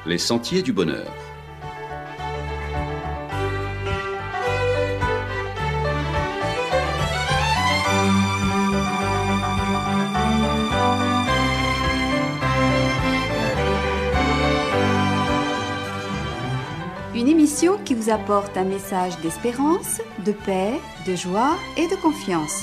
Les sentiers du bonheur. Une émission qui vous apporte un message d'espérance, de paix, de joie et de confiance.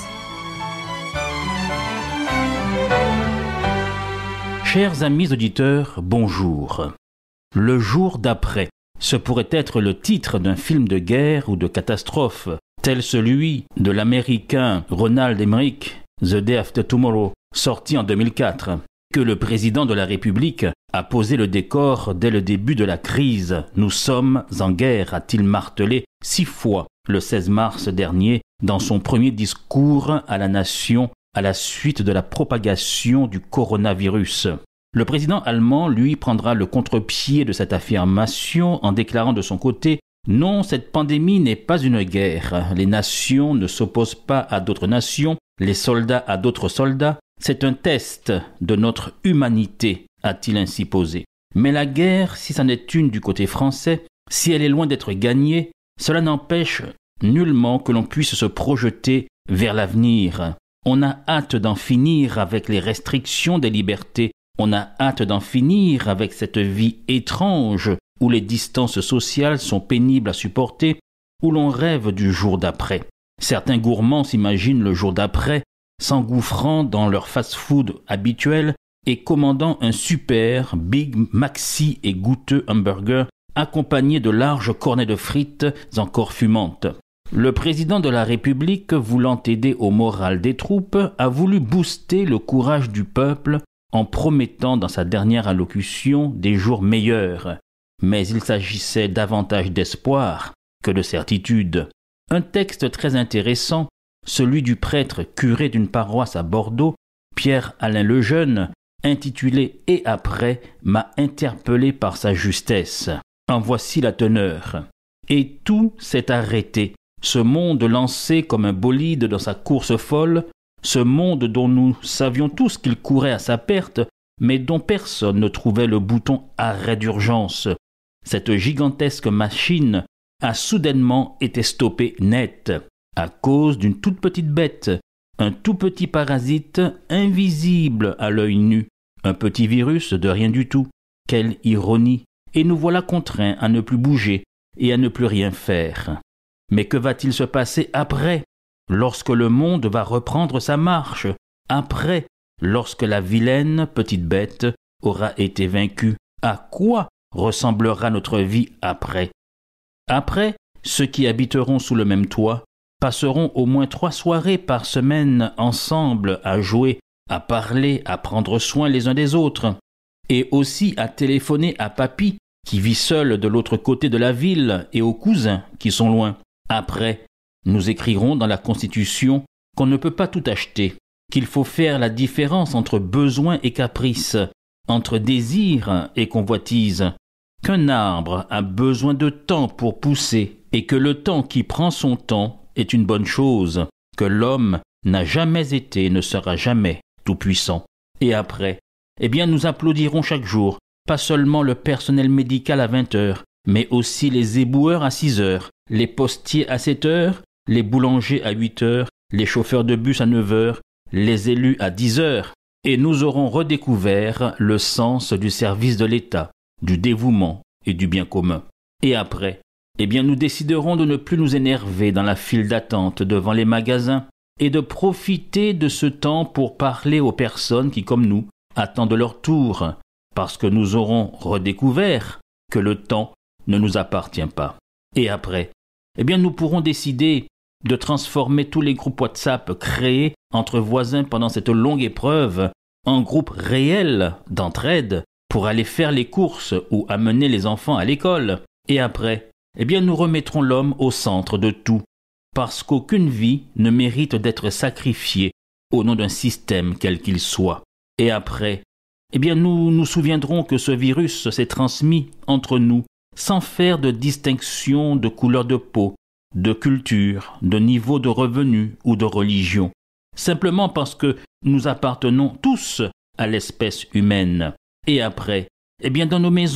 Chers amis auditeurs, bonjour. Le jour d'après, ce pourrait être le titre d'un film de guerre ou de catastrophe, tel celui de l'américain Roland Emmerich, The Day After Tomorrow, sorti en 2004, que le président de la République a posé le décor dès le début de la crise. Nous sommes en guerre, a-t-il martelé 6 fois le 16 mars dernier dans son premier discours à la nation à la suite de la propagation du coronavirus. Le président allemand, lui, prendra le contre-pied de cette affirmation en déclarant de son côté « Non, cette pandémie n'est pas une guerre. Les nations ne s'opposent pas à d'autres nations, les soldats à d'autres soldats. C'est un test de notre humanité », a-t-il ainsi posé. Mais la guerre, si c'en est une du côté français, si elle est loin d'être gagnée, cela n'empêche nullement que l'on puisse se projeter vers l'avenir. On a hâte d'en finir avec les restrictions des libertés. On a hâte d'en finir avec cette vie étrange où les distances sociales sont pénibles à supporter, où l'on rêve du jour d'après. Certains gourmands s'imaginent le jour d'après, s'engouffrant dans leur fast-food habituel et commandant un super, big, maxi et goûteux hamburger accompagné de larges cornets de frites encore fumantes. Le président de la République, voulant aider au moral des troupes, a voulu booster le courage du peuple en promettant dans sa dernière allocution des jours meilleurs. Mais il s'agissait davantage d'espoir que de certitude. Un texte très intéressant, celui du prêtre curé d'une paroisse à Bordeaux, Pierre-Alain Lejeune, intitulé « Et après », m'a interpellé par sa justesse. En voici la teneur. « Et tout s'est arrêté. Ce monde lancé comme un bolide dans sa course folle, ce monde dont nous savions tous qu'il courait à sa perte, mais dont personne ne trouvait le bouton arrêt d'urgence. Cette gigantesque machine a soudainement été stoppée net, à cause d'une toute petite bête, un tout petit parasite invisible à l'œil nu, un petit virus de rien du tout. Quelle ironie! Et nous voilà contraints à ne plus bouger et à ne plus rien faire. Mais que va-t-il se passer après, lorsque le monde va reprendre sa marche, après, lorsque la vilaine petite bête aura été vaincue? À quoi ressemblera notre vie après? Après, ceux qui habiteront sous le même toit passeront au moins 3 soirées par semaine ensemble à jouer, à parler, à prendre soin les uns des autres, et aussi à téléphoner à papy qui vit seul de l'autre côté de la ville et aux cousins qui sont loin. Après, nous écrirons dans la Constitution qu'on ne peut pas tout acheter, qu'il faut faire la différence entre besoin et caprice, entre désir et convoitise, qu'un arbre a besoin de temps pour pousser et que le temps qui prend son temps est une bonne chose, que l'homme n'a jamais été et ne sera jamais tout-puissant. Et après, nous applaudirons chaque jour, pas seulement le personnel médical à 20 heures, mais aussi les éboueurs à 6 heures, les postiers à 7 heures, les boulangers à 8 heures, les chauffeurs de bus à 9 heures, les élus à 10 heures. Et nous aurons redécouvert le sens du service de l'État, du dévouement et du bien commun. Et après, nous déciderons de ne plus nous énerver dans la file d'attente devant les magasins et de profiter de ce temps pour parler aux personnes qui, comme nous, attendent leur tour, parce que nous aurons redécouvert que le temps ne nous appartient pas. Et après, nous pourrons décider de transformer tous les groupes WhatsApp créés entre voisins pendant cette longue épreuve en groupes réels d'entraide pour aller faire les courses ou amener les enfants à l'école. Et après, nous remettrons l'homme au centre de tout, parce qu'aucune vie ne mérite d'être sacrifiée au nom d'un système quel qu'il soit. Et après, nous nous souviendrons que ce virus s'est transmis entre nous sans faire de distinction de couleur de peau, de culture, de niveau de revenu ou de religion, simplement parce que nous appartenons tous à l'espèce humaine. Et après, dans nos maisons,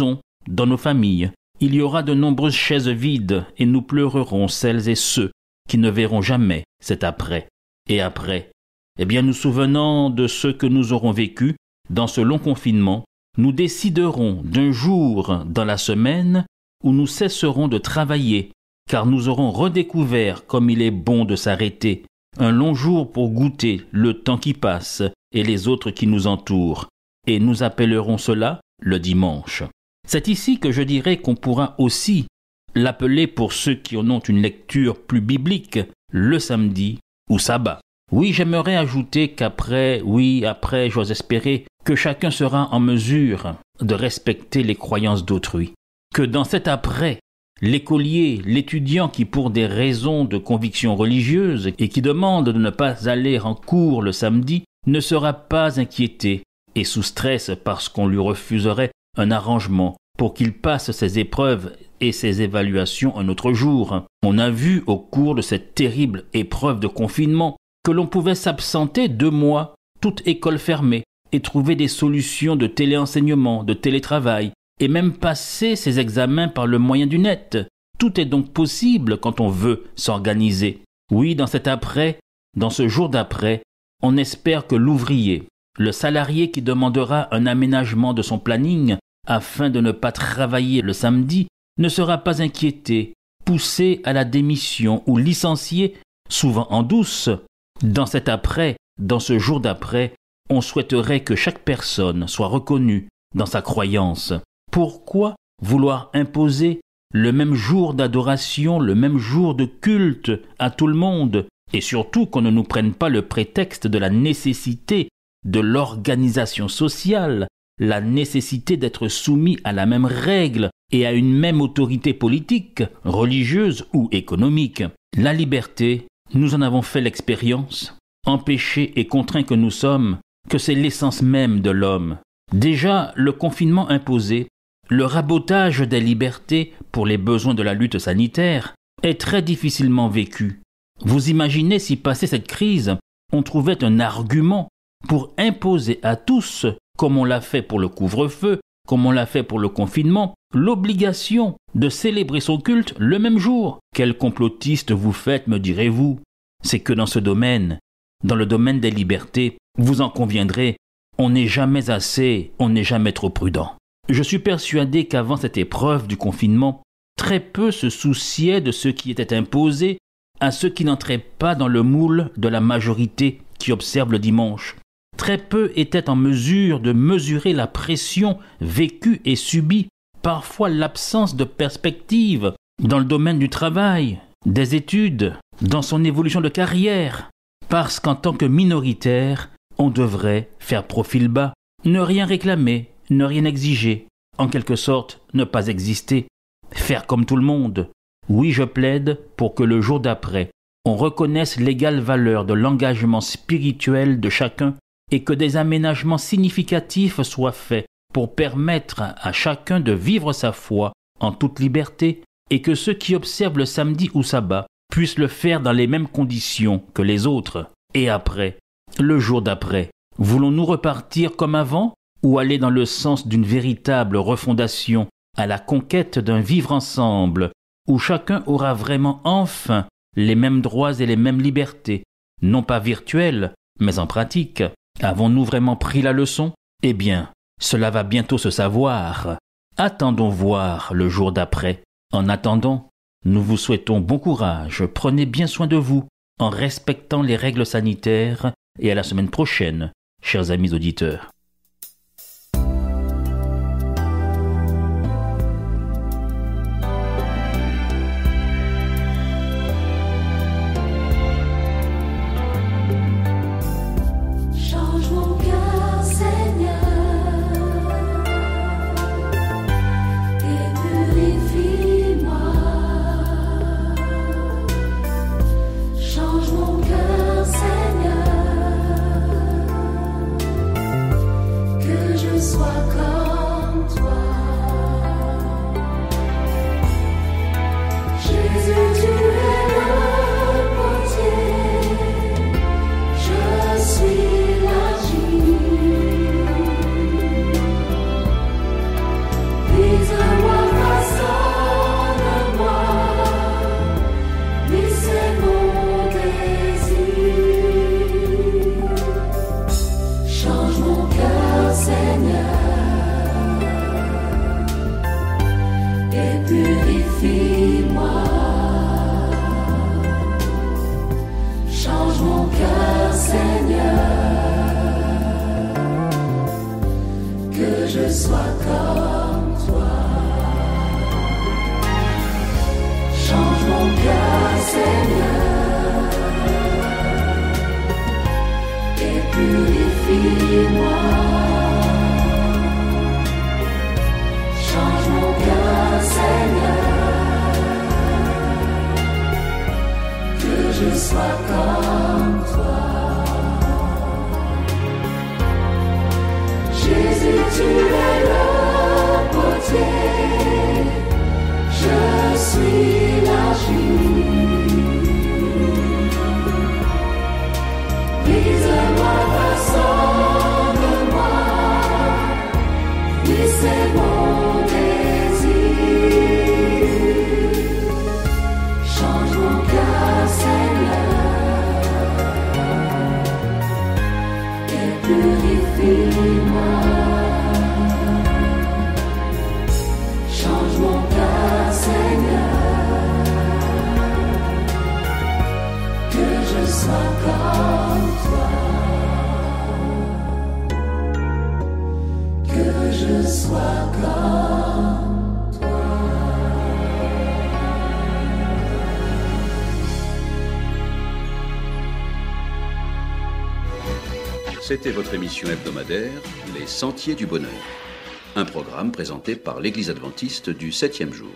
dans nos familles. Il y aura de nombreuses chaises vides et nous pleurerons celles et ceux qui ne verront jamais cet après. Et après, nous souvenant de ce que nous aurons vécu dans ce long confinement, nous déciderons d'un jour dans la semaine où nous cesserons de travailler, car nous aurons redécouvert comme il est bon de s'arrêter, un long jour pour goûter le temps qui passe et les autres qui nous entourent, et nous appellerons cela le dimanche. C'est ici que je dirais qu'on pourra aussi l'appeler, pour ceux qui en ont une lecture plus biblique, le samedi ou sabbat. Oui, j'aimerais ajouter qu'après, j'ose espérer que chacun sera en mesure de respecter les croyances d'autrui. Que dans cet après, l'écolier, l'étudiant qui pour des raisons de conviction religieuse et qui demande de ne pas aller en cours le samedi ne sera pas inquiété et sous stress parce qu'on lui refuserait un arrangement pour qu'il passe ses épreuves et ses évaluations un autre jour. On a vu au cours de cette terrible épreuve de confinement que l'on pouvait s'absenter 2 mois, toute école fermée, et trouver des solutions de téléenseignement, de télétravail, et même passer ses examens par le moyen du net. Tout est donc possible quand on veut s'organiser. Oui, dans cet après, dans ce jour d'après, on espère que l'ouvrier, le salarié qui demandera un aménagement de son planning afin de ne pas travailler le samedi, ne sera pas inquiété, poussé à la démission ou licencié, souvent en douce. Dans cet après, dans ce jour d'après, on souhaiterait que chaque personne soit reconnue dans sa croyance. Pourquoi vouloir imposer le même jour d'adoration, le même jour de culte à tout le monde, et surtout qu'on ne nous prenne pas le prétexte de la nécessité de l'organisation sociale, la nécessité d'être soumis à la même règle et à une même autorité politique, religieuse ou économique. La liberté, nous en avons fait l'expérience. Empêchés et contraints que nous sommes, que c'est l'essence même de l'homme. Déjà, le confinement imposé, le rabotage des libertés pour les besoins de la lutte sanitaire, est très difficilement vécu. Vous imaginez si, passé cette crise, on trouvait un argument pour imposer à tous, comme on l'a fait pour le couvre-feu, comme on l'a fait pour le confinement, l'obligation de célébrer son culte le même jour. Quel complotiste vous faites, me direz-vous? C'est que dans ce domaine, dans le domaine des libertés, vous en conviendrez, on n'est jamais assez, on n'est jamais trop prudent. Je suis persuadé qu'avant cette épreuve du confinement, très peu se souciaient de ce qui était imposé à ceux qui n'entraient pas dans le moule de la majorité qui observe le dimanche. Très peu étaient en mesure de mesurer la pression vécue et subie, parfois l'absence de perspective dans le domaine du travail, des études, dans son évolution de carrière, parce qu'en tant que minoritaire, on devrait faire profil bas, ne rien réclamer, ne rien exiger, en quelque sorte ne pas exister, faire comme tout le monde. Oui, je plaide pour que le jour d'après, on reconnaisse l'égale valeur de l'engagement spirituel de chacun et que des aménagements significatifs soient faits pour permettre à chacun de vivre sa foi en toute liberté et que ceux qui observent le samedi ou sabbat puissent le faire dans les mêmes conditions que les autres. Et après, le jour d'après, voulons-nous repartir comme avant ou aller dans le sens d'une véritable refondation à la conquête d'un vivre ensemble où chacun aura vraiment enfin les mêmes droits et les mêmes libertés, non pas virtuelles, mais en pratique? Avons-nous vraiment pris la leçon? Eh bien, cela va bientôt se savoir. Attendons voir le jour d'après. En attendant, nous vous souhaitons bon courage, prenez bien soin de vous, en respectant les règles sanitaires, et à la semaine prochaine, chers amis auditeurs. que je sois comme toi. Change mon cœur, Seigneur, et purifie-moi. Change mon cœur, Seigneur, que je sois comme toi. Jésus, tu es le potier, je suis l'argile. Brise-moi, façonne-moi, oui, c'est mon désir. Change mon cœur, Seigneur, et purifie-moi. Change mon cœur, Seigneur, que je sois comme toi, que je sois comme toi. C'était votre émission hebdomadaire Les Sentiers du Bonheur, un programme présenté par l'Église adventiste du 7e jour.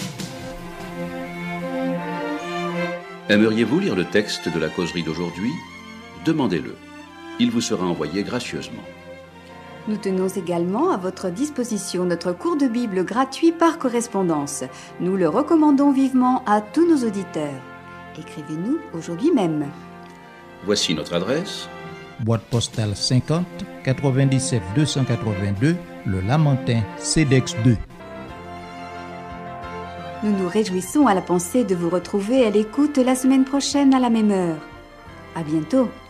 Aimeriez-vous lire le texte de la causerie d'aujourd'hui ? Demandez-le. Il vous sera envoyé gracieusement. Nous tenons également à votre disposition notre cours de Bible gratuit par correspondance. Nous le recommandons vivement à tous nos auditeurs. Écrivez-nous aujourd'hui même. Voici notre adresse. Boîte postale 50 97 282, Le Lamentin, CEDEX 2. Nous nous réjouissons à la pensée de vous retrouver à l'écoute la semaine prochaine à la même heure. À bientôt.